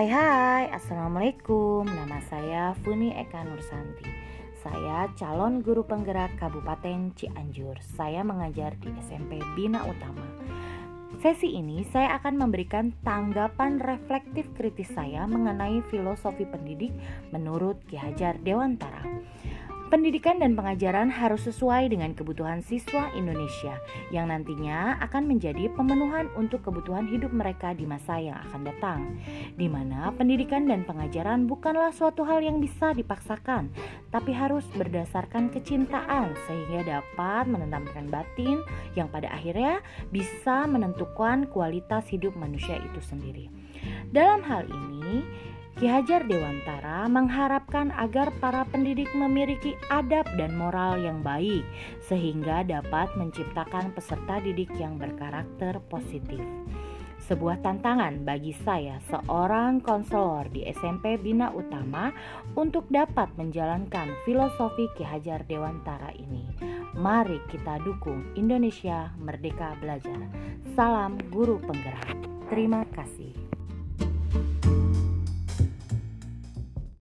Hai, Assalamualaikum. Nama saya Funi Eka Nursanti. Saya calon guru penggerak Kabupaten Cianjur. Saya mengajar di SMP Bina Utama. Sesi ini saya akan memberikan tanggapan reflektif kritis saya mengenai filosofi pendidik menurut Ki Hajar Dewantara. Pendidikan dan pengajaran harus sesuai dengan kebutuhan siswa Indonesia yang nantinya akan menjadi pemenuhan untuk kebutuhan hidup mereka di masa yang akan datang, di mana pendidikan dan pengajaran bukanlah suatu hal yang bisa dipaksakan, tapi harus berdasarkan kecintaan sehingga dapat menenangkan batin yang pada akhirnya bisa menentukan kualitas hidup manusia itu sendiri. Dalam hal ini, Ki Hajar Dewantara mengharapkan agar para pendidik memiliki adab dan moral yang baik sehingga dapat menciptakan peserta didik yang berkarakter positif. Sebuah tantangan bagi saya seorang konselor di SMP Bina Utama untuk dapat menjalankan filosofi Ki Hajar Dewantara ini. Mari kita dukung Indonesia Merdeka Belajar. Salam guru penggerak. Terima kasih.